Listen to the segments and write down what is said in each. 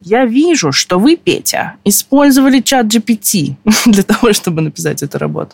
Я вижу, что вы, Петя, использовали чат GPT для того, чтобы написать эту работу.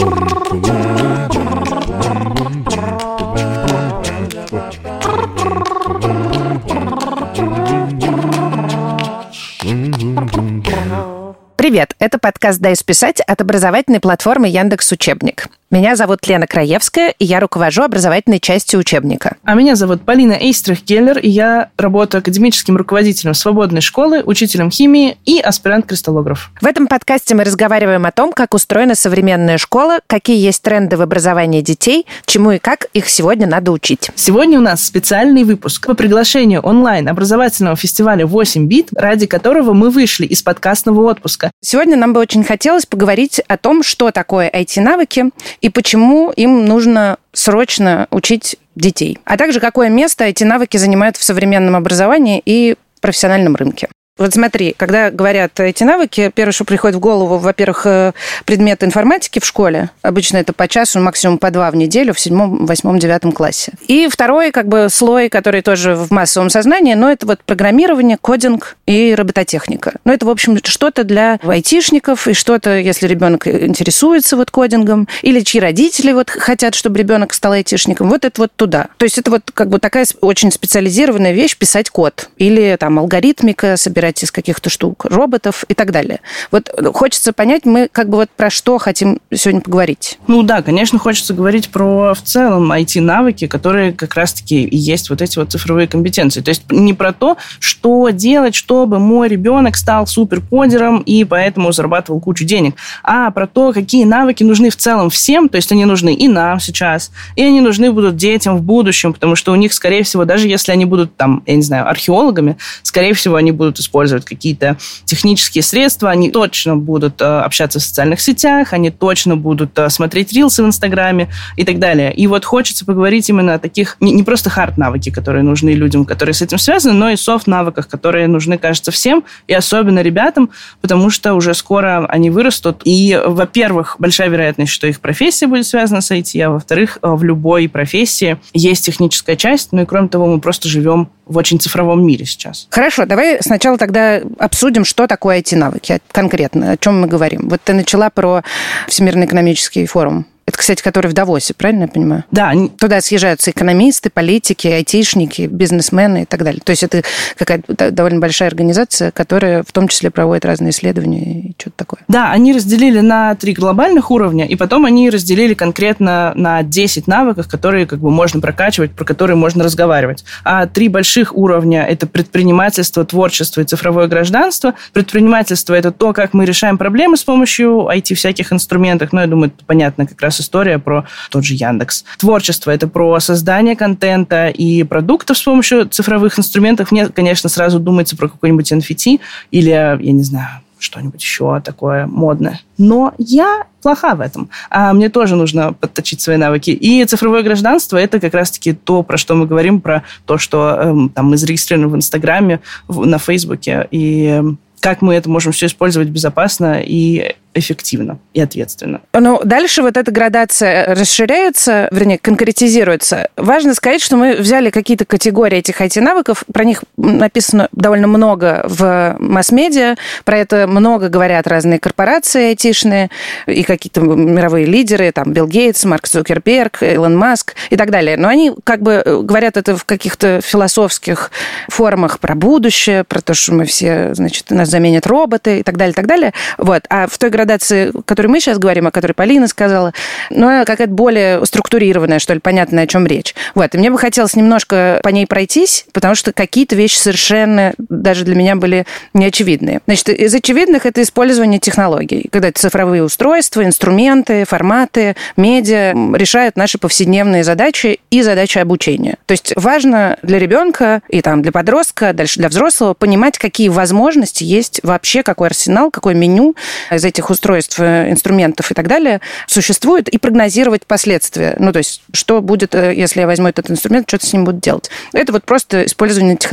Привет, это подкаст «Дай списать» от образовательной платформы Яндекс.Учебник. Меня зовут Лена Краевская, и я руковожу образовательной частью учебника. А меня зовут Полина Эйстрих-Геллер, и я работаю академическим руководителем свободной школы, учителем химии и аспирант-кристаллограф. В этом подкасте мы разговариваем о том, как устроена современная школа, какие есть тренды в образовании детей, чему и как их сегодня надо учить. Сегодня у нас специальный выпуск по приглашению онлайн-образовательного фестиваля 8 бит, ради которого мы вышли из подкастного отпуска. Сегодня нам бы очень хотелось поговорить о том, что такое IT-навыки и почему им нужно срочно учить детей, а также какое место IT-навыки занимают в современном образовании и профессиональном рынке. Вот смотри, когда говорят эти навыки, первое, что приходит в голову, во-первых, предметы информатики в школе. Обычно это по часу, максимум по 2 в неделю в 7, 8, 9 классе. И второй слой, который тоже в массовом сознании, но это вот программирование, кодинг и робототехника. Но это, в общем, что-то для айтишников и что-то, если ребенок интересуется кодингом, или чьи родители хотят, чтобы ребенок стал айтишником, это туда. То есть это такая очень специализированная вещь, писать код. Или алгоритмика, собирать из каких-то штук роботов и так далее. Хочется понять, мы про что хотим сегодня поговорить. Да, конечно, хочется говорить про в целом IT-навыки, которые как раз-таки и есть эти цифровые компетенции. То есть не про то, что делать, чтобы мой ребенок стал суперкодером и поэтому зарабатывал кучу денег, а про то, какие навыки нужны в целом всем, то есть они нужны и нам сейчас, и они нужны будут детям в будущем, потому что у них, скорее всего, даже если они будут археологами, скорее всего, они будут использовать какие-то технические средства, они точно будут общаться в социальных сетях, они точно будут смотреть рилсы в Инстаграме и так далее. И хочется поговорить именно о таких, не просто хард-навыки, которые нужны людям, которые с этим связаны, но и софт-навыках, которые нужны, кажется, всем, и особенно ребятам, потому что уже скоро они вырастут. И, во-первых, большая вероятность, что их профессия будет связана с IT, а во-вторых, в любой профессии есть техническая часть, и кроме того, мы просто живем в очень цифровом мире сейчас. Хорошо, давай сначала тогда обсудим, что такое IT-навыки конкретно, о чем мы говорим. Ты начала про Всемирный экономический форум. Это, кстати, который в Давосе, правильно я понимаю? Да. Туда съезжаются экономисты, политики, айтишники, бизнесмены и так далее. То есть это какая-то довольно большая организация, которая в том числе проводит разные исследования и что-то такое. Да, они разделили на 3 глобальных уровня, и потом они разделили конкретно на 10 навыков, которые можно прокачивать, про которые можно разговаривать. А 3 больших уровня – это предпринимательство, творчество и цифровое гражданство. Предпринимательство – это то, как мы решаем проблемы с помощью IT-всяких инструментов. Я думаю, это понятно как раз история про тот же Яндекс. Творчество – это про создание контента и продуктов с помощью цифровых инструментов. Мне, конечно, сразу думается про какой-нибудь NFT или, я не знаю, что-нибудь еще такое модное. Но я плоха в этом. А мне тоже нужно подточить свои навыки. И цифровое гражданство – это как раз-таки то, про что мы говорим, про то, что мы зарегистрированы в Инстаграме, на Фейсбуке, и как мы это можем все использовать безопасно и эффективно и ответственно. Дальше эта градация расширяется, конкретизируется. Важно сказать, что мы взяли какие-то категории этих IT-навыков, про них написано довольно много в масс-медиа, про это много говорят разные корпорации айтишные и какие-то мировые лидеры, Билл Гейтс, Марк Цукерберг, Илон Маск и так далее. Но они говорят это в каких-то философских формах про будущее, про то, что мы все, нас заменят роботы и так далее, и так далее. А в той градации, о которой мы сейчас говорим, о которой Полина сказала, она какая-то более структурированная, что ли, понятная, о чем речь. И мне бы хотелось немножко по ней пройтись, потому что какие-то вещи совершенно даже для меня были неочевидные. Из очевидных это использование технологий, когда цифровые устройства, инструменты, форматы, медиа решают наши повседневные задачи и задачи обучения. То есть важно для ребенка и для подростка, дальше для взрослого понимать, какие возможности есть вообще, какой арсенал, какое меню из этих устройств, инструментов и так далее существует, и прогнозировать последствия. То есть, что будет, если я возьму этот инструмент, что-то с ним буду делать. Это просто использование технологий.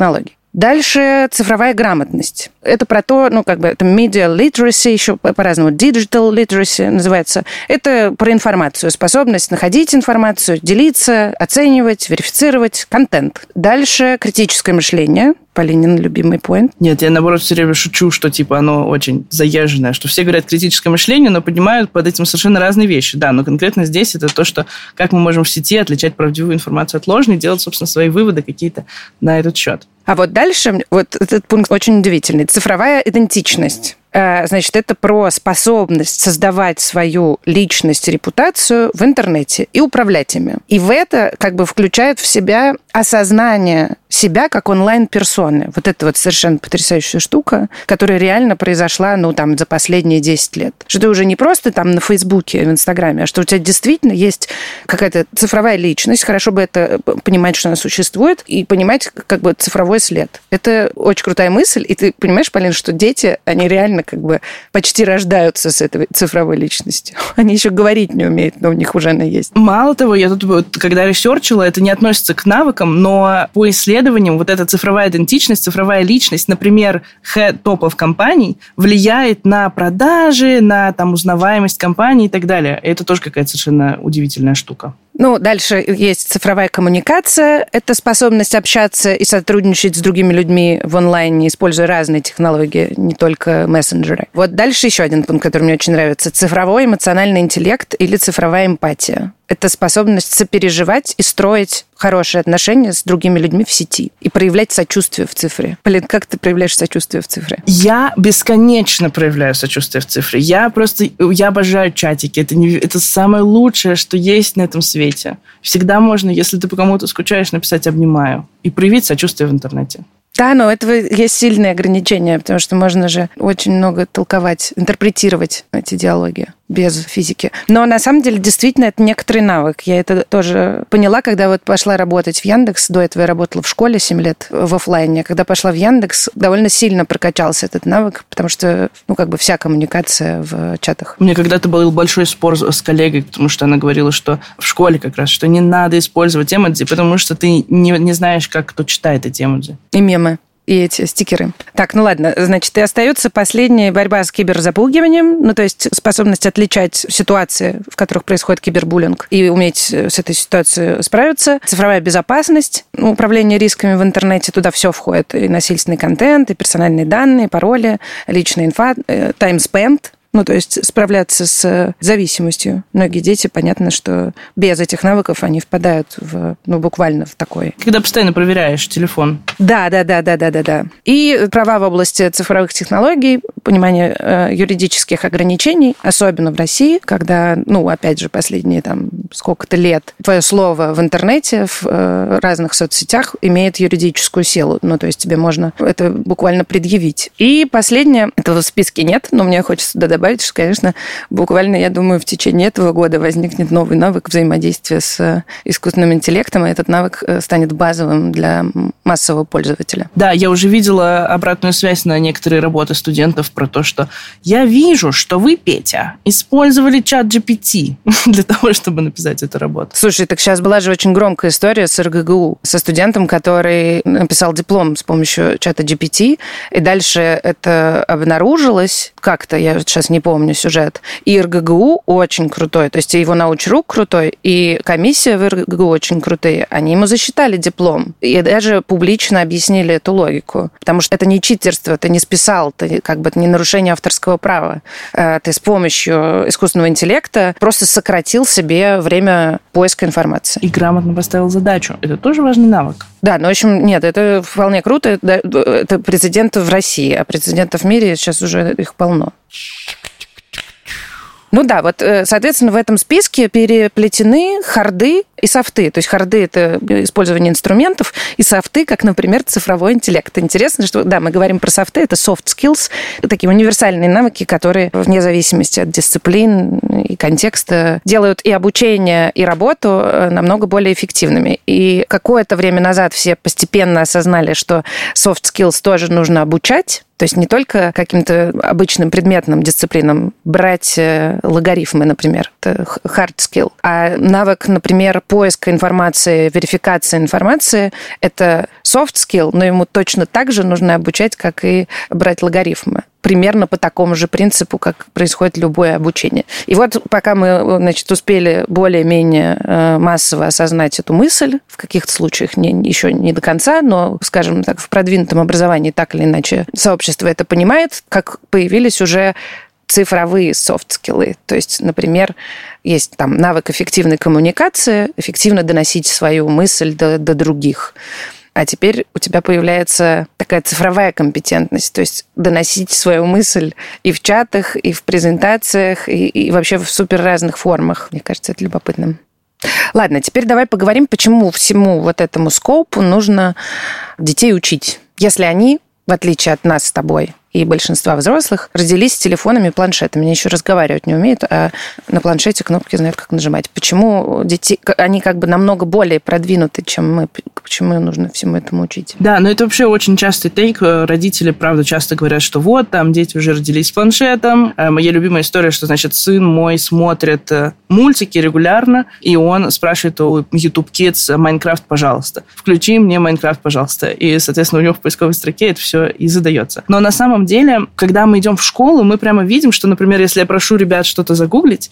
Дальше цифровая грамотность. Это про то, это media literacy, еще по-разному, digital literacy называется. Это про информацию, способность находить информацию, делиться, оценивать, верифицировать контент. Дальше критическое мышление. Полинин любимый поинт. Нет, я, наоборот, все время шучу, что, оно очень заезженное, что все говорят критическое мышление, но понимают под этим совершенно разные вещи. Да, но конкретно здесь это то, что как мы можем в сети отличать правдивую информацию от ложной, делать, собственно, свои выводы какие-то на этот счет. А вот дальше, этот пункт очень удивительный. Цифровая идентичность. Значит, это про способность создавать свою личность, репутацию в интернете и управлять ими. И в это включает в себя осознание себя как онлайн-персоны. Вот это совершенно потрясающая штука, которая реально произошла, за последние 10 лет. Что ты уже не просто на Фейсбуке, в Инстаграме, а что у тебя действительно есть какая-то цифровая личность. Хорошо бы это понимать, что она существует, и понимать цифровой след. Это очень крутая мысль, и ты понимаешь, Полин, что дети, они реально почти рождаются с этой цифровой личностью. Они еще говорить не умеют, но у них уже она есть. Мало того, я тут, когда ресерчила, это не относится к навыкам, но по исследованиям вот эта цифровая идентичность, цифровая личность, например, топов компаний влияет на продажи, на узнаваемость компании и так далее. И это тоже какая-то совершенно удивительная штука. Дальше есть цифровая коммуникация. Это способность общаться и сотрудничать с другими людьми в онлайне, используя разные технологии, не только мессенджеры. Вот дальше еще один пункт, который мне очень нравится. Цифровой эмоциональный интеллект или цифровая эмпатия. Это способность сопереживать и строить хорошие отношения с другими людьми в сети и проявлять сочувствие в цифре. Полин, как ты проявляешь сочувствие в цифре? Я бесконечно проявляю сочувствие в цифре. Я обожаю чатики. Это самое лучшее, что есть на этом свете. Всегда можно, если ты по кому-то скучаешь, написать «обнимаю» и проявить сочувствие в интернете. Да, но у этого есть сильные ограничения, потому что можно же очень много толковать, интерпретировать эти диалоги без физики. Но на самом деле действительно это некоторый навык. Я это тоже поняла, когда пошла работать в Яндекс. До этого я работала в школе 7 лет в офлайне. Когда пошла в Яндекс, довольно сильно прокачался этот навык, потому что, вся коммуникация в чатах. У меня когда-то был большой спор с коллегой, потому что она говорила, что в школе как раз, что не надо использовать эмодзи, потому что ты не знаешь, как кто читает эти эмодзи. И мемы. И эти стикеры. Так, ладно. Значит, и остается последняя борьба с киберзапугиванием, то есть способность отличать ситуации, в которых происходит кибербуллинг, и уметь с этой ситуацией справиться. Цифровая безопасность, управление рисками в интернете, туда все входит. И насильственный контент, и персональные данные, пароли, личная инфа, time spent. То есть справляться с зависимостью. Многие дети, понятно, что без этих навыков они впадают буквально в такой... Когда постоянно проверяешь телефон. Да. И права в области цифровых технологий, понимание юридических ограничений, особенно в России, когда, опять же, последние сколько-то лет твое слово в интернете, в разных соцсетях имеет юридическую силу. То есть тебе можно это буквально предъявить. И последнее, этого в списке нет, но мне хочется добавить, что, конечно, буквально, я думаю, в течение этого года возникнет новый навык взаимодействия с искусственным интеллектом, и этот навык станет базовым для массового пользователя. Да, я уже видела обратную связь на некоторые работы студентов про то, что я вижу, что вы, Петя, использовали чат GPT для того, чтобы написать эту работу. Слушай, так сейчас была же очень громкая история с РГГУ, со студентом, который написал диплом с помощью чата GPT, и дальше это обнаружилось как-то, я сейчас не помню сюжет. И РГГУ очень крутой, то есть его научрук крутой, и комиссия в РГГУ очень крутые. Они ему засчитали диплом. И даже публично объяснили эту логику. Потому что это не читерство, ты не списал, это не нарушение авторского права. Ты с помощью искусственного интеллекта просто сократил себе время поиска информации. И грамотно поставил задачу. Это тоже важный навык. Да, в общем, нет, это вполне круто. Это прецедент в России, а прецедентов в мире сейчас уже их полно. Соответственно, в этом списке переплетены харды и софты. То есть харды – это использование инструментов, и софты, как, например, цифровой интеллект. Интересно, что, мы говорим про софты, это soft skills, такие универсальные навыки, которые вне зависимости от дисциплин и контекста делают и обучение, и работу намного более эффективными. И какое-то время назад все постепенно осознали, что soft skills тоже нужно обучать, То есть не только каким-то обычным предметным дисциплинам брать логарифмы, например, это hard skill, а навык, например, поиска информации, верификации информации, это soft skill, но ему точно так же нужно обучать, как и брать логарифмы. Примерно по такому же принципу, как происходит любое обучение. И вот пока мы, значит, успели более-менее массово осознать эту мысль, в каких-то случаях еще не до конца, но, скажем так, в продвинутом образовании так или иначе сообщество это понимает, как появились уже цифровые софт-скиллы. То есть, например, есть там навык эффективной коммуникации, эффективно доносить свою мысль до других. А теперь у тебя появляется такая цифровая компетентность, то есть доносить свою мысль и в чатах, и в презентациях, и вообще в супер разных формах. Мне кажется, это любопытно. Ладно, теперь давай поговорим, почему всему вот этому скоупу нужно детей учить, если они, в отличие от нас с тобой и большинства взрослых, родились с телефонами и планшетами. Они еще разговаривать не умеют, а на планшете кнопки знают, как нажимать. Почему дети, они как бы намного более продвинуты, чем мы? Почему нужно всему этому учить? Да, но это вообще очень частый тейк. Родители, правда, часто говорят, что вот, там дети уже родились с планшетом. Моя любимая история, что, значит, сын мой смотрит мультики регулярно, и он спрашивает у YouTube Kids: «Майнкрафт, пожалуйста. Включи мне Майнкрафт, пожалуйста». И, соответственно, у него в поисковой строке это все и задается. Но на самом деле, когда мы идем в школу, мы прямо видим, что, например, если я прошу ребят что-то загуглить,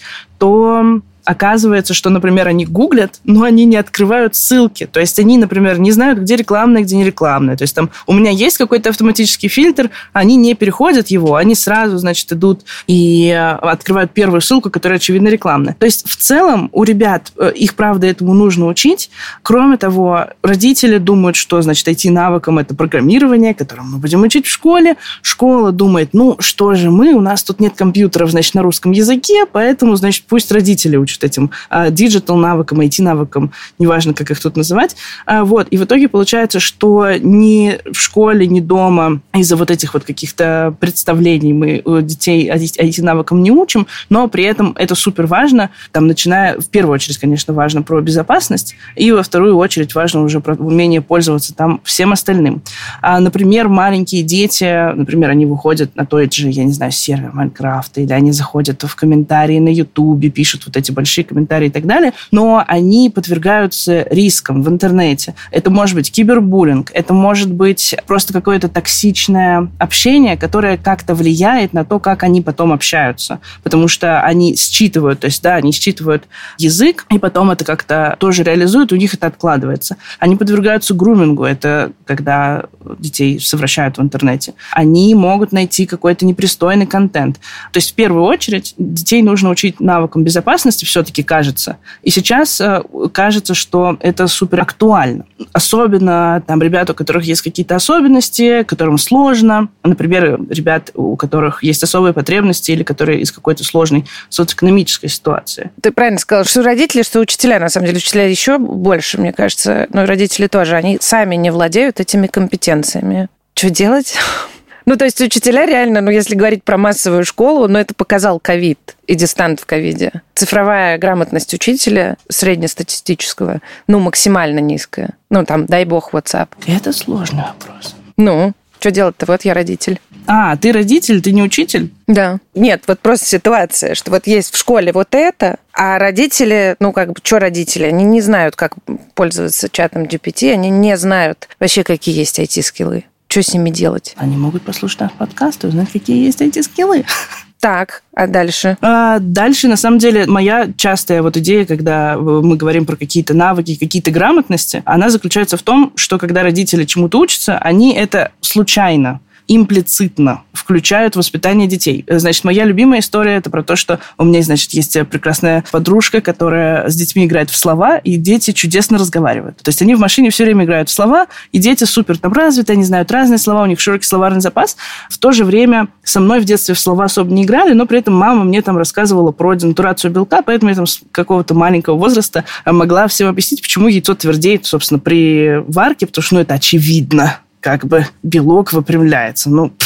то оказывается, что, например, они гуглят, но они не открывают ссылки. То есть они, например, не знают, где рекламное, где не рекламное. То есть там у меня есть какой-то автоматический фильтр, они не переходят его, они сразу, значит, идут и открывают первую ссылку, которая, очевидно, рекламная. То есть в целом у ребят, их, правда, этому нужно учить. Кроме того, родители думают, что, значит, IT-навыкам это программирование, которое мы будем учить в школе. Школа думает, ну, что же мы, у нас тут нет компьютеров, значит, на русском языке, поэтому, значит, пусть родители учат этим диджитал-навыкам, IT-навыкам, неважно, как их тут называть. Вот. И в итоге получается, что ни в школе, ни дома из-за вот этих вот каких-то представлений мы детей IT-навыкам не учим, но при этом это супер важно, там, начиная, в первую очередь, конечно, важно про безопасность, и во вторую очередь важно уже про умение пользоваться там всем остальным. Например, маленькие дети, например, они выходят на тот же, я не знаю, сервер Майнкрафта, или они заходят в комментарии на Ютубе, пишут вот эти большие комментарии и так далее, но они подвергаются рискам в интернете. Это может быть кибербуллинг, это может быть просто какое-то токсичное общение, которое как-то влияет на то, как они потом общаются. Потому что они считывают, то есть, да, они считывают язык, и потом это как-то тоже реализуют, у них это откладывается. Они подвергаются грумингу, это когда детей совращают в интернете. Они могут найти какой-то непристойный контент. То есть, в первую очередь, детей нужно учить навыкам безопасности, все-таки кажется. И сейчас кажется, что это супер актуально. Особенно там ребята, у которых есть какие-то особенности, которым сложно. Например, ребят, у которых есть особые потребности или которые из какой-то сложной социоэкономической ситуации. Ты правильно сказала, что родители, что учителя. На самом деле, учителя еще больше, мне кажется. Но и родители тоже. Они сами не владеют этими компетенциями. Что делать? Ну, то есть учителя реально, если говорить про массовую школу, это показал ковид и дистант в ковиде. Цифровая грамотность учителя среднестатистического, максимально низкая. Там, дай бог, WhatsApp. Это сложный вопрос. Что делать-то? Вот я родитель. Ты родитель, ты не учитель? Да. Нет, вот просто ситуация, что вот есть в школе вот это, а родители, что родители? Они не знают, как пользоваться чатом GPT, они не знают вообще, какие есть IT-скиллы. Что с ними делать? Они могут послушать наш подкаст и узнать, какие есть эти скиллы. Так, а дальше? Дальше, на самом деле, моя частая идея, когда мы говорим про какие-то навыки, какие-то грамотности, она заключается в том, что когда родители чему-то учатся, они это случайно, имплицитно включают в воспитание детей. Значит, моя любимая история – это про то, что у меня, значит, есть прекрасная подружка, которая с детьми играет в слова, и дети чудесно разговаривают. То есть они в машине все время играют в слова, и дети супер там развиты, они знают разные слова, у них широкий словарный запас. В то же время со мной в детстве в слова особо не играли, но при этом мама мне там рассказывала про денатурацию белка, поэтому я там с какого-то маленького возраста могла всем объяснить, почему яйцо твердеет, собственно, при варке, потому что, это очевидно. Как бы белок выпрямляется.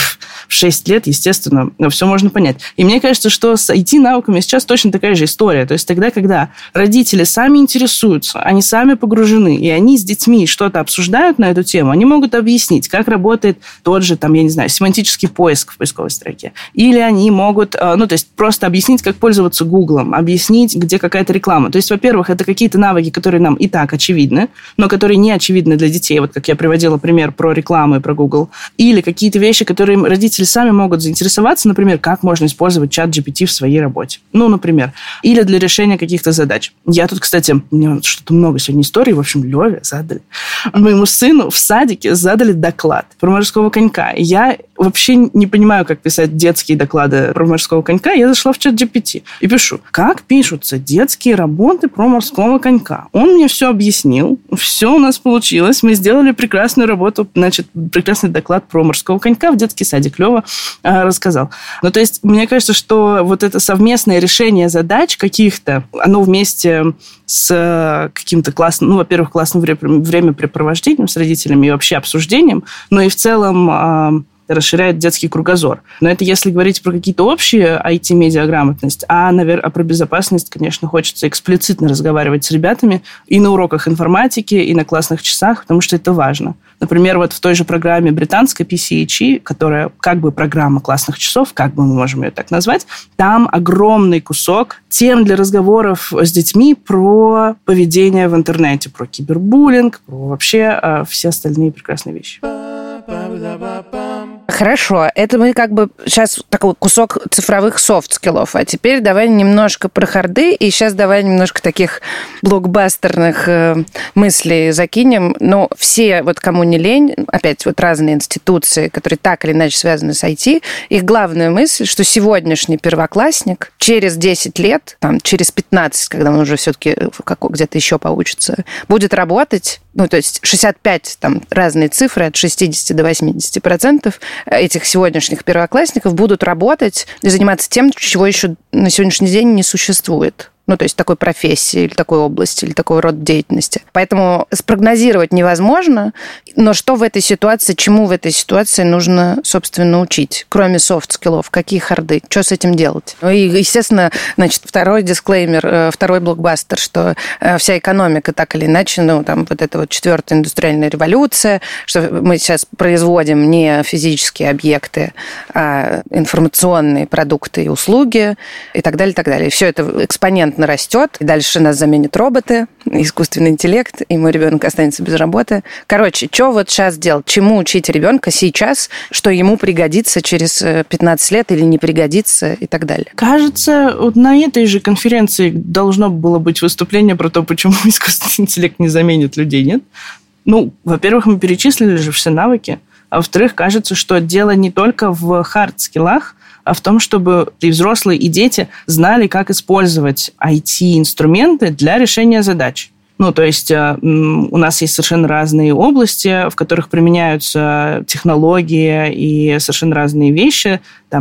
в 6 лет, естественно, все можно понять. И мне кажется, что с IT-навыками сейчас точно такая же история. То есть тогда, когда родители сами интересуются, они сами погружены, и они с детьми что-то обсуждают на эту тему, они могут объяснить, как работает тот же, там, я не знаю, семантический поиск в поисковой строке. Или они могут, то есть просто объяснить, как пользоваться Гуглом, объяснить, где какая-то реклама. То есть, во-первых, это какие-то навыки, которые нам и так очевидны, но которые не очевидны для детей. Вот как я приводила пример про рекламу и про Google. Или какие-то вещи, которые родители сами могут заинтересоваться, например, как можно использовать чат GPT в своей работе. Например. Или для решения каких-то задач. Я тут, кстати, у меня что-то много сегодня историй. В общем, Леве задали. Моему сыну в садике задали доклад про морского конька. Я вообще не понимаю, как писать детские доклады про морского конька. Я зашла в чат GPT и пишу, как пишутся детские работы про морского конька. Он мне все объяснил. Все у нас получилось. Мы сделали прекрасную работу, прекрасный доклад про морского конька в детский садик. Лева рассказал. То есть, мне кажется, что вот это совместное решение задач каких-то, оно вместе с каким-то классным, во-первых, классным времяпрепровождением с родителями и вообще обсуждением, но и в целом расширяет детский кругозор. Но это если говорить про какие-то общие IT-медиаграмотность, а про безопасность, конечно, хочется эксплицитно разговаривать с ребятами и на уроках информатики, и на классных часах, потому что это важно. Например, вот в той же программе британской PCHE, которая как бы программа классных часов, как бы мы можем ее так назвать, там огромный кусок тем для разговоров с детьми про поведение в интернете, про кибербуллинг, про вообще все остальные прекрасные вещи. Хорошо, это мы как бы сейчас такой кусок цифровых софт-скиллов, а теперь давай немножко про харды, и сейчас давай немножко таких блокбастерных мыслей закинем. Но все, вот кому не лень, опять вот разные институции, которые так или иначе связаны с IT, их главная мысль, что сегодняшний первоклассник через 10 лет, через 15, когда он уже все-таки где-то еще поучится, будет работать, то есть 65, разные цифры, от 60 до 80% этих сегодняшних первоклассников будут работать и заниматься тем, чего еще на сегодняшний день не существует. То есть такой профессии, или такой области, или такого рода деятельности. Поэтому спрогнозировать невозможно, но что в этой ситуации, чему в этой ситуации нужно, собственно, учить, кроме софт-скиллов, какие харды, что с этим делать? И, естественно, второй дисклеймер, второй блокбастер, что вся экономика так или иначе, вот эта вот 4-я индустриальная революция, что мы сейчас производим не физические объекты, а информационные продукты и услуги, и так далее, и так далее. И все это экспонентно растет, и дальше нас заменят роботы, искусственный интеллект, и мой ребенок останется без работы. Короче, что вот сейчас делать? Чему учить ребенка сейчас, что ему пригодится через 15 лет или не пригодится и так далее? Кажется, вот на этой же конференции должно было быть выступление про то, почему искусственный интеллект не заменит людей, нет? Во-первых, мы перечислили же все навыки, а во-вторых, кажется, что дело не только в хард-скиллах, а в том, чтобы и взрослые, и дети знали, как использовать IT-инструменты для решения задач. То есть у нас есть совершенно разные области, в которых применяются технологии и совершенно разные вещи.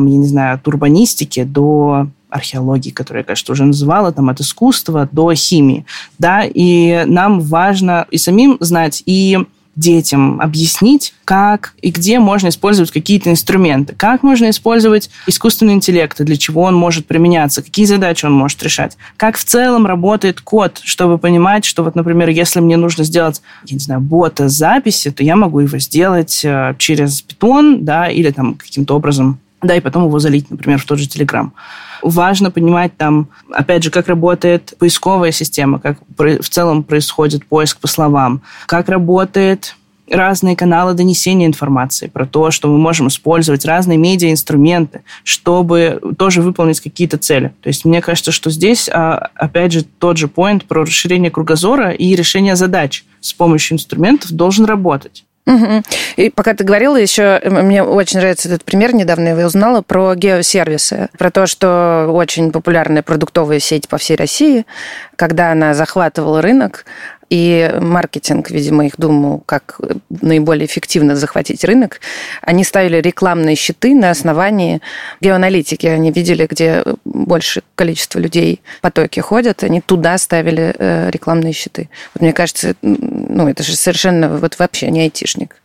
От урбанистики до археологии, которую я, кажется, уже называла, от искусства до химии. Да, и нам важно и самим знать, и детям объяснить, как и где можно использовать какие-то инструменты, как можно использовать искусственный интеллект, для чего он может применяться, какие задачи он может решать, как в целом работает код, чтобы понимать, что например, если мне нужно сделать, бота записи, то я могу его сделать через Python, да, или каким-то образом, да, и потом его залить, например, в тот же Telegram. Важно понимать опять же, как работает поисковая система, как в целом происходит поиск по словам, как работают разные каналы донесения информации, про то, что мы можем использовать разные медиа-инструменты, чтобы тоже выполнить какие-то цели. То есть мне кажется, что здесь, опять же, тот же поинт про расширение кругозора и решение задач с помощью инструментов должен работать. Угу. И пока ты говорила, еще мне очень нравится этот пример, недавно я его узнала, про геосервисы, про то, что очень популярная продуктовая сеть по всей России, когда она захватывала рынок, и маркетинг, видимо, их думал, как наиболее эффективно захватить рынок. Они ставили рекламные щиты на основании геоаналитики. Они видели, где большее количество людей в потоке ходят, они туда ставили рекламные щиты. Вот мне кажется, это же совершенно вообще не айтишник.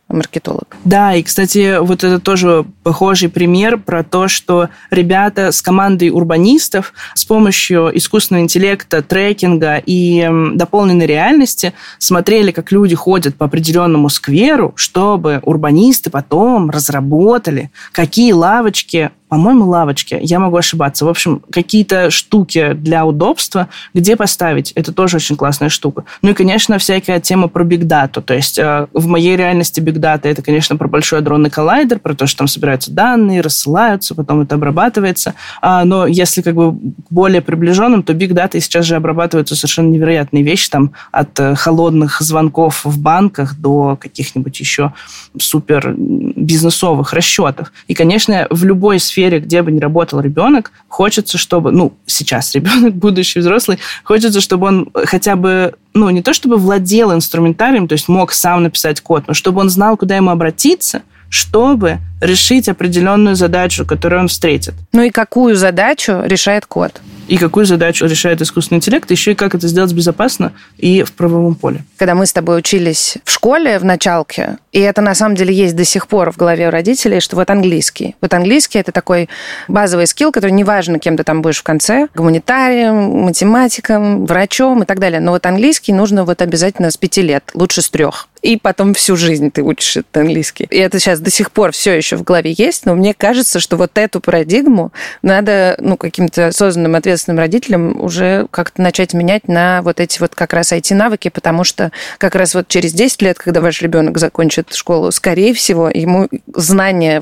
маркетолог. Да, и, кстати, вот это тоже похожий пример про то, что ребята с командой урбанистов с помощью искусственного интеллекта, трекинга и дополненной реальности смотрели, как люди ходят по определенному скверу, чтобы урбанисты потом разработали, какие лавочки, по-моему, лавочки, я могу ошибаться. В общем, какие-то штуки для удобства, где поставить. Это тоже очень классная штука. Ну и, конечно, всякая тема про бигдату. То есть в моей реальности бигдата это, конечно, про большой адронный коллайдер, про то, что там собираются данные, рассылаются, потом это обрабатывается. Но если как бы более приближенным, то бигдатой сейчас же обрабатываются совершенно невероятные вещи, там от холодных звонков в банках до каких-нибудь еще супер бизнесовых расчетов. И, конечно, в любой сфере, где бы ни работал ребенок, хочется, чтобы, сейчас ребенок, будущий взрослый, хочется, чтобы он хотя бы, не то чтобы владел инструментарием, то есть мог сам написать код, но чтобы он знал, куда ему обратиться, чтобы решить определенную задачу, которую он встретит. Ну и какую задачу решает код? И какую задачу решает искусственный интеллект, еще и как это сделать безопасно и в правовом поле. Когда мы с тобой учились в школе, в началке, и это на самом деле есть до сих пор в голове у родителей, что вот английский. Вот английский – это такой базовый скилл, который неважно, кем ты там будешь в конце, гуманитарием, математиком, врачом и так далее. Но вот английский нужно вот обязательно с 5 лет, лучше с 3. И потом всю жизнь ты учишь этот английский. И это сейчас до сих пор все еще в голове есть, но мне кажется, что вот эту парадигму надо каким-то осознанным, ответственным родителям уже как-то начать менять на вот эти вот как раз IT-навыки, потому что как раз вот через 10 лет, когда ваш ребенок закончит школу, скорее всего, ему знание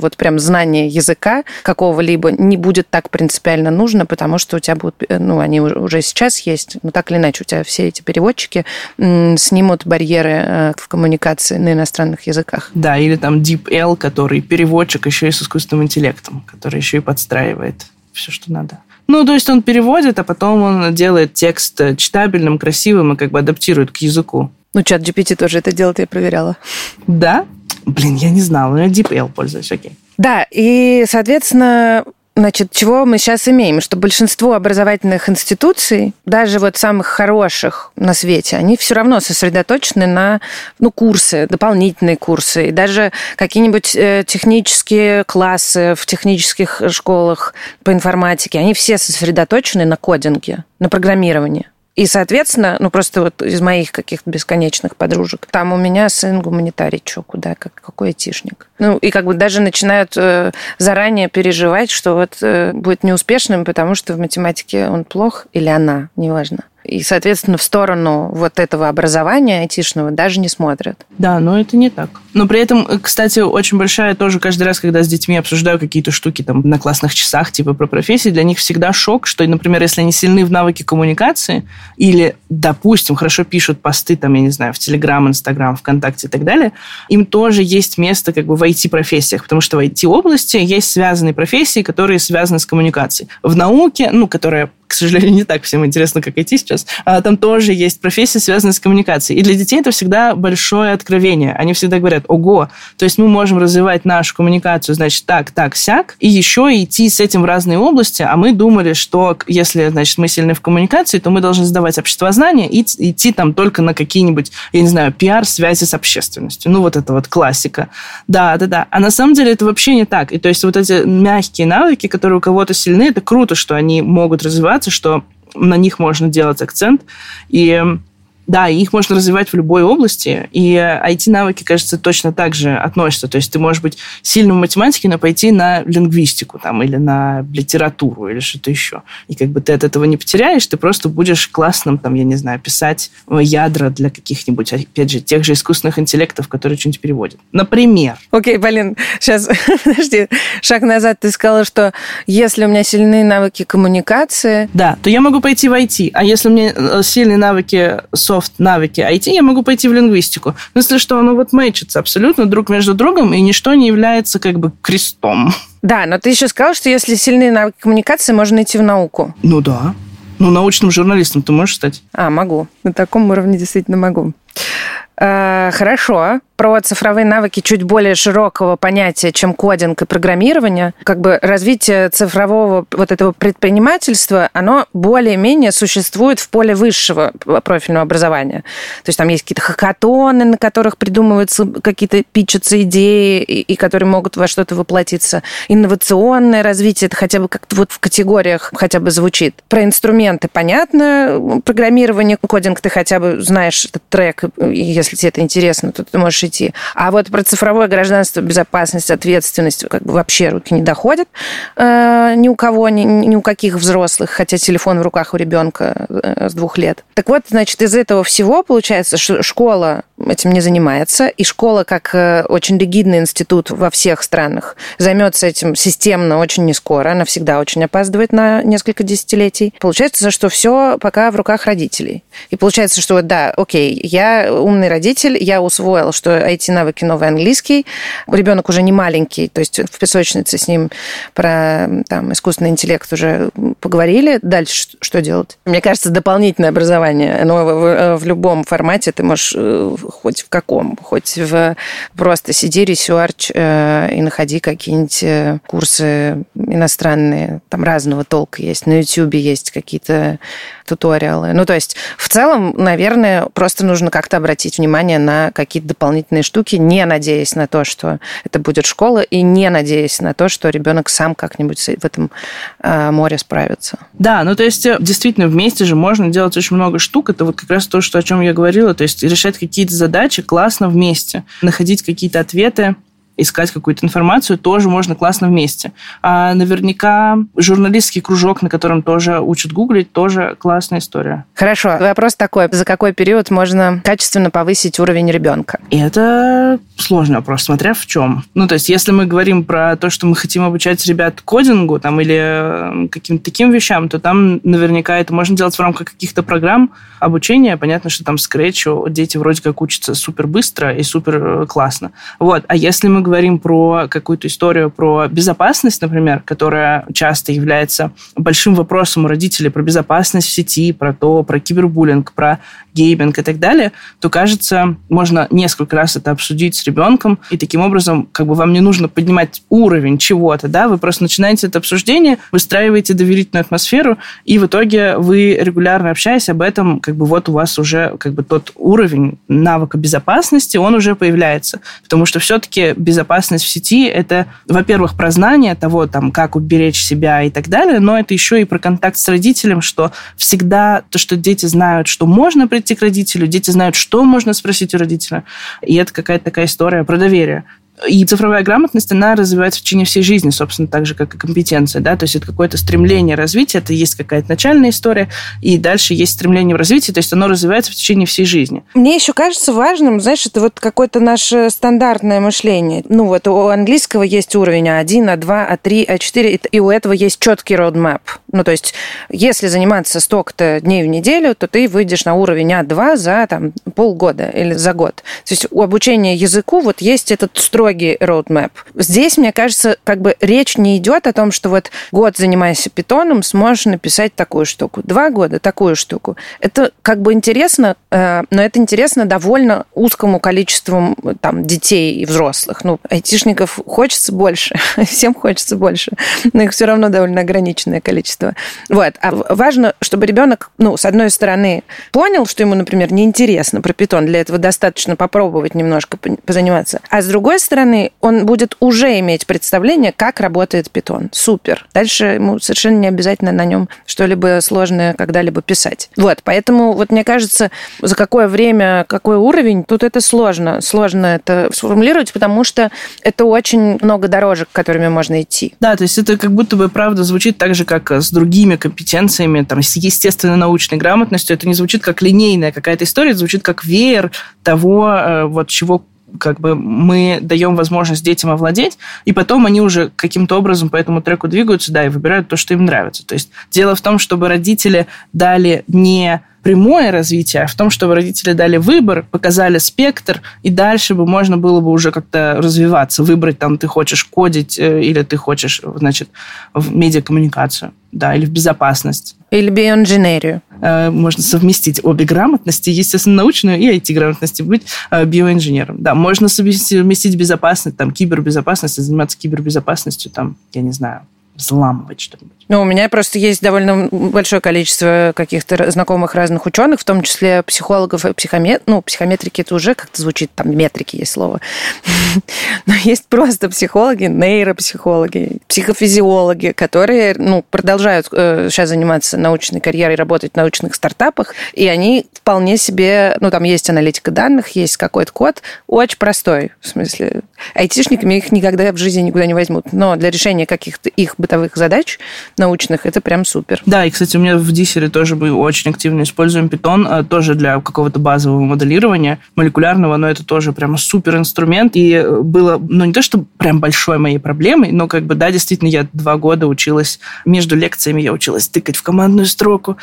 языка какого-либо не будет так принципиально нужно, потому что у тебя будут, они уже сейчас есть, но так или иначе у тебя все эти переводчики снимут барьеры в коммуникации на иностранных языках. Да, или там DeepL, который переводчик еще и с искусственным интеллектом, который еще и подстраивает все, что надо. То есть он переводит, а потом он делает текст читабельным, красивым и как бы адаптирует к языку. Чат GPT тоже это делает, я проверяла. Да? Я не знала, но я DeepL пользуюсь, окей. Да, и, соответственно, чего мы сейчас имеем? Что большинство образовательных институций, даже вот самых хороших на свете, они все равно сосредоточены на курсы, дополнительные курсы, и даже какие-нибудь технические классы в технических школах по информатике, они все сосредоточены на кодинге, на программировании. И, соответственно, просто вот из моих каких-то бесконечных подружек, там у меня сын гуманитарий, какой айтишник. И как бы даже начинают заранее переживать, что вот будет неуспешным, потому что в математике он плох или она, неважно. И, соответственно, в сторону вот этого образования айтишного даже не смотрят. Да, но это не так. Но при этом, кстати, очень большая тоже каждый раз, когда с детьми обсуждаю какие-то штуки там на классных часах, типа про профессии, для них всегда шок, что, например, если они сильны в навыке коммуникации или, допустим, хорошо пишут посты, там, я не знаю, в Телеграм, Инстаграм, ВКонтакте и так далее, им тоже есть место как бы в IT-профессиях, потому что в IT-области есть связанные профессии, которые связаны с коммуникацией. В науке, которая, к сожалению, не так всем интересно, как IT сейчас, там тоже есть профессии, связанные с коммуникацией. И для детей это всегда большое откровение. Они всегда говорят: ого, то есть мы можем развивать нашу коммуникацию, значит, так, сяк, и еще идти с этим в разные области, а мы думали, что если, значит, мы сильны в коммуникации, то мы должны сдавать обществознание и идти там только на какие-нибудь, я не знаю, пиар, связи с общественностью. Вот это вот классика. Да. А на самом деле это вообще не так. И то есть вот эти мягкие навыки, которые у кого-то сильны, это круто, что они могут развиваться, что на них можно делать акцент. И да, их можно развивать в любой области, и IT-навыки, кажется, точно так же относятся. То есть ты можешь быть сильным в математике, но пойти на лингвистику там, или на литературу, или что-то еще. И как бы ты от этого не потеряешь, ты просто будешь классным, там, я не знаю, писать ядра для каких-нибудь, опять же, тех же искусственных интеллектов, которые что-нибудь переводят. Например. Окей, Полин, сейчас, подожди, шаг назад. Ты сказала, что если у меня сильные навыки коммуникации... Да, то я могу пойти в IT, а если у меня сильные навыки навыки IT, я могу пойти в лингвистику. В смысле, что оно вот мэчится абсолютно друг между другом, и ничто не является как бы крестом. Да, но ты еще сказала, что если сильные навыки коммуникации, можно идти в науку. Да. Научным журналистом ты можешь стать? Могу. На таком уровне действительно могу. Хорошо. Про цифровые навыки чуть более широкого понятия, чем кодинг и программирование. Как бы развитие цифрового вот этого предпринимательства, оно более-менее существует в поле высшего профильного образования. То есть там есть какие-то хакатоны, на которых придумываются какие-то, питчатся идеи, и которые могут во что-то воплотиться. Инновационное развитие, это хотя бы как-то вот в категориях хотя бы звучит. Про инструменты понятно, программирование, кодинг ты хотя бы знаешь этот трек, если тебе это интересно, то ты можешь идти. А вот про цифровое гражданство, безопасность, ответственность как бы вообще руки не доходят ни у кого, ни у каких взрослых, хотя телефон в руках у ребенка с 2 лет. Так вот, значит, из этого всего получается, что школа этим не занимается, и школа, как очень ригидный институт во всех странах, займется этим системно очень нескоро, она всегда очень опаздывает на несколько десятилетий. Получается, что все пока в руках родителей. И получается, что да, окей, я умный родитель, я усвоил, что IT-навыки новый английский, ребенок уже не маленький, то есть в песочнице с ним про там, искусственный интеллект уже поговорили. Дальше что делать? Мне кажется, дополнительное образование, оно в любом формате ты можешь хоть в каком, хоть в просто сиди, ресерч и находи какие-нибудь курсы иностранные, там разного толка есть, на YouTube есть какие-то туториалы. Ну, то есть, в целом, наверное, просто нужно как-то обратить внимание на какие-то дополнительные штуки, не надеясь на то, что это будет школа, и не надеясь на то, что ребенок сам как-нибудь в этом море справится. Да, ну, то есть, действительно, вместе же можно делать очень много штук. Это вот как раз то, о чем я говорила, то есть, решать какие-то задачи классно вместе, находить какие-то ответы, искать какую-то информацию тоже можно классно вместе. А наверняка журналистский кружок, на котором тоже учат гуглить, тоже классная история. Хорошо. Вопрос такой. За какой период можно качественно повысить уровень ребенка? Это сложный вопрос, смотря в чем. Ну, то есть, если мы говорим про то, что мы хотим обучать ребят кодингу там, или каким-то таким вещам, то там наверняка это можно делать в рамках каких-то программ обучения. Понятно, что там Scratch дети вроде как учатся супер быстро и супер классно. Вот. А если мы говорим про какую-то историю про безопасность, например, которая часто является большим вопросом у родителей, про безопасность в сети, про кибербуллинг, про гейминг и так далее, то, кажется, можно несколько раз это обсудить с ребенком, и таким образом как бы вам не нужно поднимать уровень чего-то, да, вы просто начинаете это обсуждение, выстраиваете доверительную атмосферу, и в итоге вы, регулярно общаясь об этом, как бы вот у вас уже как бы тот уровень навыка безопасности, он уже появляется. Потому что все-таки безопасность в сети – это, во-первых, про знание того, там, как уберечь себя и так далее, но это еще и про контакт с родителем, что всегда то, что дети знают, что можно прийти к родителю, дети знают, что можно спросить у родителя. И это какая-то такая история про доверие. И цифровая грамотность, она развивается в течение всей жизни, собственно, так же, как и компетенция, да, то есть это какое-то стремление развития, это есть какая-то начальная история, и дальше есть стремление в развитии, то есть оно развивается в течение всей жизни. Мне еще кажется важным, знаешь, это вот какое-то наше стандартное мышление. Ну вот у английского есть уровень А1, А2, А3, А4, и у этого есть четкий roadmap. Ну то есть если заниматься столько-то дней в неделю, то ты выйдешь на уровень А2 за там, полгода или за год. То есть у обучения языку вот есть этот строгий roadmap. Здесь, мне кажется, как бы речь не идет о том, что вот год занимайся питоном, сможешь написать такую штуку, 2 года такую штуку. Это как бы интересно, но это интересно довольно узкому количеству там, детей и взрослых. Ну, айтишников хочется больше, всем хочется больше, но их все равно довольно ограниченное количество. Вот. А важно, чтобы ребенок, ну, с одной стороны, понял, что ему, например, неинтересно про питон, для этого достаточно попробовать немножко позаниматься, а с другой стороны, он будет уже иметь представление, как работает питон. Супер. Дальше ему совершенно не обязательно на нем что-либо сложное когда-либо писать. Вот, поэтому, вот мне кажется, за какое время, какой уровень, тут это сложно. Сложно это сформулировать, потому что это очень много дорожек, которыми можно идти. Да, то есть это как будто бы, правда, звучит так же, как с другими компетенциями, там, с естественно-научной грамотностью. Это не звучит как линейная какая-то история, это звучит как веер того, вот чего как бы мы даем возможность детям овладеть, и потом они уже каким-то образом по этому треку двигаются, да, и выбирают то, что им нравится. То есть дело в том, чтобы родители дали не прямое развитие, а в том, чтобы родители дали выбор, показали спектр, и дальше бы можно было бы уже как-то развиваться, выбрать, там, ты хочешь кодить или ты хочешь, значит, в медиакоммуникацию, да, или в безопасность. Или биоинженерию. можно совместить обе грамотности, естественно, научную и IT-грамотность, быть биоинженером. Да, можно совместить безопасность, там, кибербезопасность, заниматься кибербезопасностью, там, я не знаю, взламывать что-нибудь. Ну, у меня просто есть довольно большое количество каких-то знакомых разных ученых, в том числе психологов и психометрики это уже как-то звучит, там метрики есть слово. Но есть просто психологи, нейропсихологи, психофизиологи, которые продолжают сейчас заниматься научной карьерой, работать в научных стартапах, и они вполне себе, там есть аналитика данных, есть какой-то код, очень простой, в смысле, айтишниками их никогда в жизни никуда не возьмут, но для решения каких-то их бытовых задач научных это прям супер. Да, и, кстати, у меня в Диссере тоже мы очень активно используем Python, тоже для какого-то базового моделирования молекулярного, но это тоже прям супер инструмент, и было, не то, что прям большой моей проблемой, но действительно, я 2 года училась, между лекциями я училась тыкать в командную строку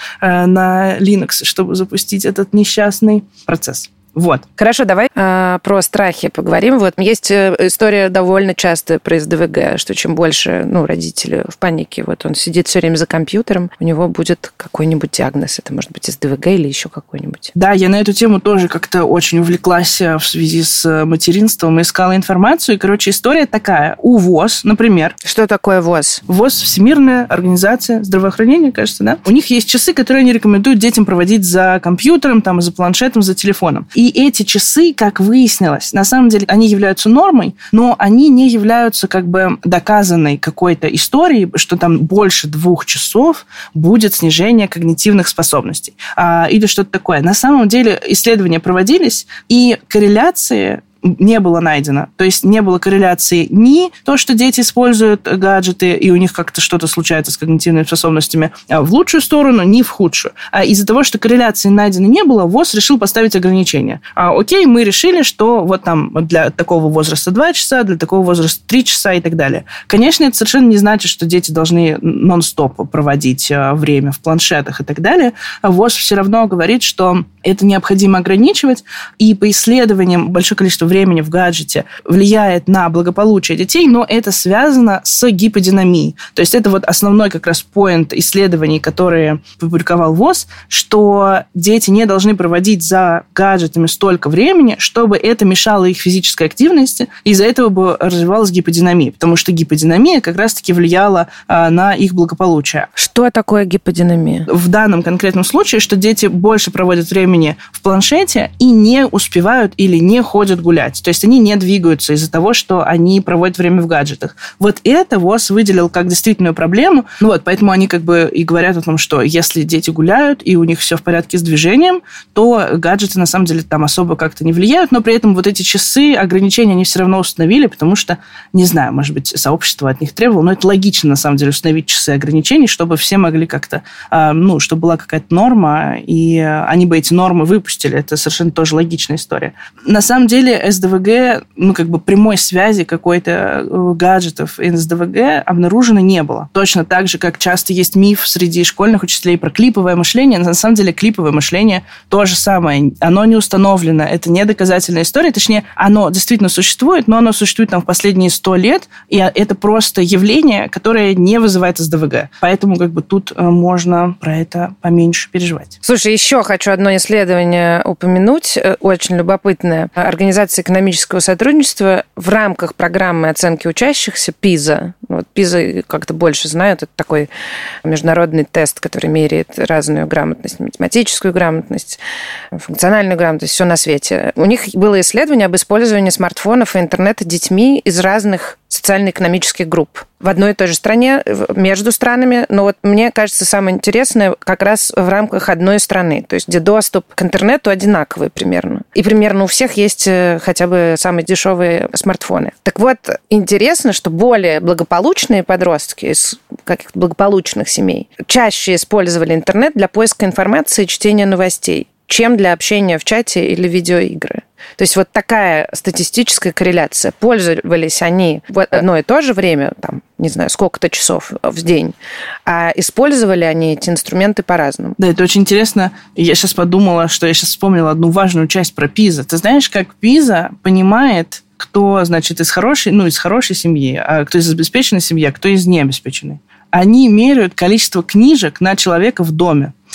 на Linux, чтобы запустить этот несчастный процесс. Вот. Хорошо, давай про страхи поговорим. Вот есть история довольно часто про СДВГ, что чем больше родители в панике, вот он сидит все время за компьютером, у него будет какой-нибудь диагноз. Это может быть СДВГ или еще какой-нибудь. Да, я на эту тему тоже как-то очень увлеклась в связи с материнством и искала информацию. И, история такая. У ВОЗ, например. Что такое ВОЗ? ВОЗ – Всемирная организация здравоохранения, кажется, да? У них есть часы, которые они рекомендуют детям проводить за компьютером, за планшетом, за телефоном. И эти часы, как выяснилось, на самом деле они являются нормой, но они не являются доказанной какой-то историей, что там больше 2 часов будет снижение когнитивных способностей или что-то такое. На самом деле исследования проводились, и корреляции не было найдено. То есть не было корреляции ни то, что дети используют гаджеты, и у них как-то что-то случается с когнитивными способностями в лучшую сторону, ни в худшую. А из-за того, что корреляции найдено не было, ВОЗ решил поставить ограничения. Окей, мы решили, что для такого возраста 2 часа, для такого возраста 3 часа и так далее. Конечно, это совершенно не значит, что дети должны нон-стоп проводить время в планшетах и так далее. ВОЗ все равно говорит, что это необходимо ограничивать, и по исследованиям большое количество времени в гаджете влияет на благополучие детей, но это связано с гиподинамией. То есть это основной как раз поинт исследований, которые публиковал ВОЗ, что дети не должны проводить за гаджетами столько времени, чтобы это мешало их физической активности, и из-за этого бы развивалась гиподинамия, потому что гиподинамия как раз-таки влияла на их благополучие. Что такое гиподинамия? В данном конкретном случае, что дети больше проводят времени в планшете и не успевают или не ходят гулять. То есть они не двигаются из-за того, что они проводят время в гаджетах. Вот это ВОЗ выделил как действительную проблему. Поэтому они и говорят о том, что если дети гуляют и у них все в порядке с движением, то гаджеты на самом деле там особо как-то не влияют, но при этом эти часы, ограничения они все равно установили, потому что, не знаю, может быть, сообщество от них требовало, но это логично на самом деле установить часы ограничений, чтобы все могли как-то, чтобы была какая-то норма, и они бы эти нормы выпустили. Это совершенно тоже логичная история. На самом деле СДВГ, прямой связи какой-то гаджетов и СДВГ обнаружено не было. Точно так же, как часто есть миф среди школьных учителей про клиповое мышление. На самом деле клиповое мышление то же самое. Оно не установлено. Это не доказательная история. Точнее, оно действительно существует, но оно существует в последние 100 лет, и это просто явление, которое не вызывает СДВГ. Поэтому тут можно про это поменьше переживать. Слушай, еще хочу одно исследование упомянуть, очень любопытное. Организация экономического сотрудничества в рамках программы оценки учащихся PISA. PISA как-то больше знают. Это такой международный тест, который меряет разную грамотность, математическую грамотность, функциональную грамотность, все на свете. У них было исследование об использовании смартфонов и интернета детьми из разных социально-экономических групп. В одной и той же стране, между странами. Но мне кажется, самое интересное как раз в рамках одной страны. То есть, где доступ к интернету одинаковый примерно. И примерно у всех есть хотя бы самые дешевые смартфоны. Так вот, интересно, что более благополучные подростки из каких-то благополучных семей чаще использовали интернет для поиска информации и чтения новостей, чем для общения в чате или видеоигры. То есть такая статистическая корреляция. Пользовались они в одно и то же время, не знаю, сколько-то часов в день, а использовали они эти инструменты по-разному. Да, это очень интересно. Я сейчас подумала, что я сейчас вспомнила одну важную часть про PISA. Ты знаешь, как PISA понимает, кто, из хорошей семьи, а кто из обеспеченной семьи, а кто из необеспеченной? Они меряют количество книжек на человека в доме.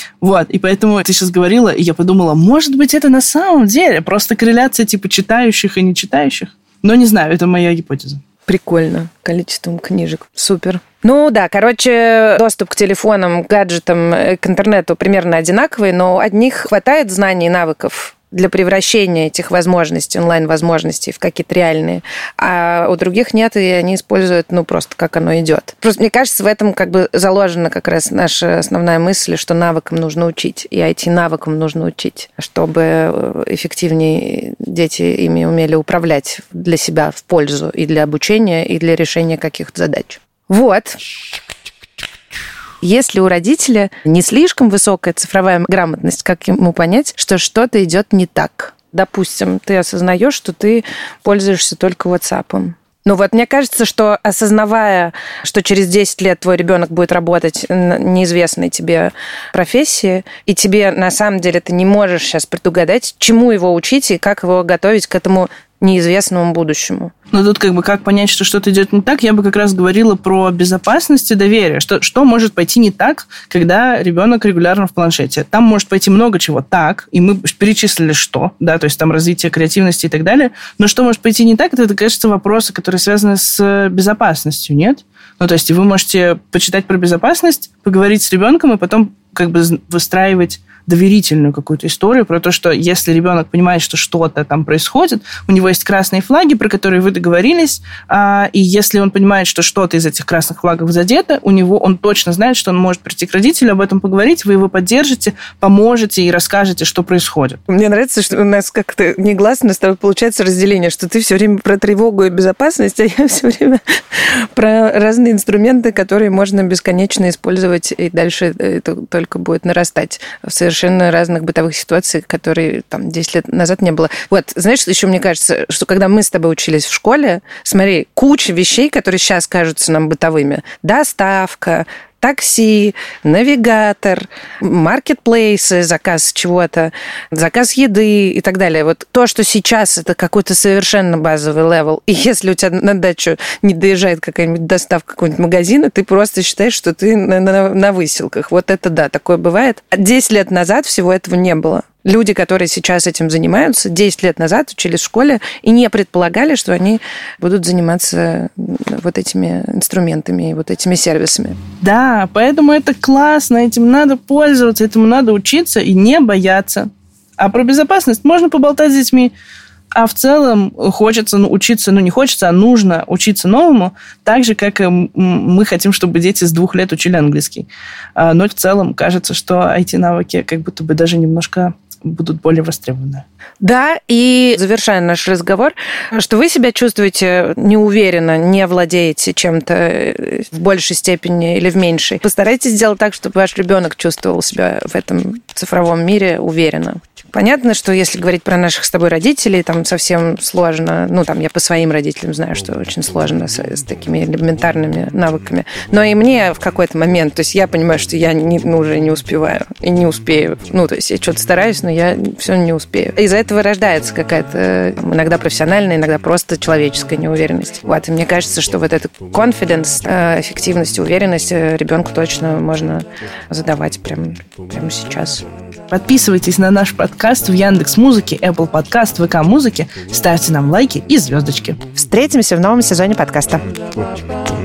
Вот, и поэтому ты сейчас говорила, и я подумала, может быть, это на самом деле просто корреляция типа читающих и не читающих. Но не знаю, это моя гипотеза. Прикольно. Количеством книжек. Супер. Ну да, короче, доступ к телефонам, к гаджетам, к интернету примерно одинаковый, но одних хватает знаний и навыков для превращения этих возможностей, онлайн-возможностей в какие-то реальные, а у других нет, и они используют, просто как оно идет. Просто мне кажется, в этом как бы заложена как раз наша основная мысль, что навыкам нужно учить, и IT-навыкам нужно учить, чтобы эффективнее дети ими умели управлять для себя в пользу и для обучения, и для решения каких-то задач. Вот. Если у родителя не слишком высокая цифровая грамотность, как ему понять, что что-то идет не так? Допустим, ты осознаешь, что ты пользуешься только WhatsApp. Мне кажется, что осознавая, что через 10 лет твой ребенок будет работать в неизвестной тебе профессии, и тебе на самом деле ты не можешь сейчас предугадать, чему его учить и как его готовить к этому неизвестному будущему. Но тут как понять, что что-то идет не так, я бы как раз говорила про безопасность и доверие. Что может пойти не так, когда ребенок регулярно в планшете? Там может пойти много чего так, и мы перечислили что, да, то есть там развитие креативности и так далее. Но что может пойти не так, это, кажется, вопросы, которые связаны с безопасностью, нет? То есть вы можете почитать про безопасность, поговорить с ребенком и потом выстраивать доверительную какую-то историю про то, что если ребенок понимает, что что-то там происходит, у него есть красные флаги, про которые вы договорились, и если он понимает, что что-то из этих красных флагов задето, он точно знает, что он может прийти к родителю, об этом поговорить, вы его поддержите, поможете и расскажете, что происходит. Мне нравится, что у нас как-то негласно с тобой получается разделение, что ты все время про тревогу и безопасность, а я все время про разные инструменты, которые можно бесконечно использовать, и дальше это только будет нарастать в совершенно разных бытовых ситуациях, которые 10 лет назад не было. Знаешь, еще мне кажется, что когда мы с тобой учились в школе, смотри, куча вещей, которые сейчас кажутся нам бытовыми. Доставка, такси, навигатор, маркетплейсы, заказ чего-то, заказ еды и так далее. То, что сейчас это какой-то совершенно базовый левел, и если у тебя на дачу не доезжает какая-нибудь доставка какого-нибудь магазина, ты просто считаешь, что ты на выселках. Это да, такое бывает. 10 лет назад всего этого не было. Люди, которые сейчас этим занимаются, 10 лет назад учились в школе и не предполагали, что они будут заниматься этими инструментами и этими сервисами. Да, поэтому это классно, этим надо пользоваться, этому надо учиться и не бояться. А про безопасность можно поболтать с детьми, а в целом хочется учиться, не хочется, а нужно учиться новому, так же, как и мы хотим, чтобы дети с 2 лет учили английский. Но в целом кажется, что IT-навыки как будто бы даже немножко будут более востребованы. Да, и завершая наш разговор, что вы себя чувствуете неуверенно, не владеете чем-то в большей степени или в меньшей. Постарайтесь сделать так, чтобы ваш ребенок чувствовал себя в этом цифровом мире уверенно. Понятно, что если говорить про наших с тобой родителей, там совсем сложно. Я по своим родителям знаю, что очень сложно с такими элементарными навыками. Но и мне в какой-то момент, то есть я понимаю, что я уже не успеваю и не успею. То есть я что-то стараюсь, но я все не успею. Из-за этого рождается какая-то иногда профессиональная, иногда просто человеческая неуверенность. И мне кажется, что эту confidence, эффективность, уверенность ребенку точно можно задавать прямо сейчас. Подписывайтесь на наш подкаст в Яндекс.Музыке, Apple Podcast, ВК-музыке, ставьте нам лайки и звездочки. Встретимся в новом сезоне подкаста.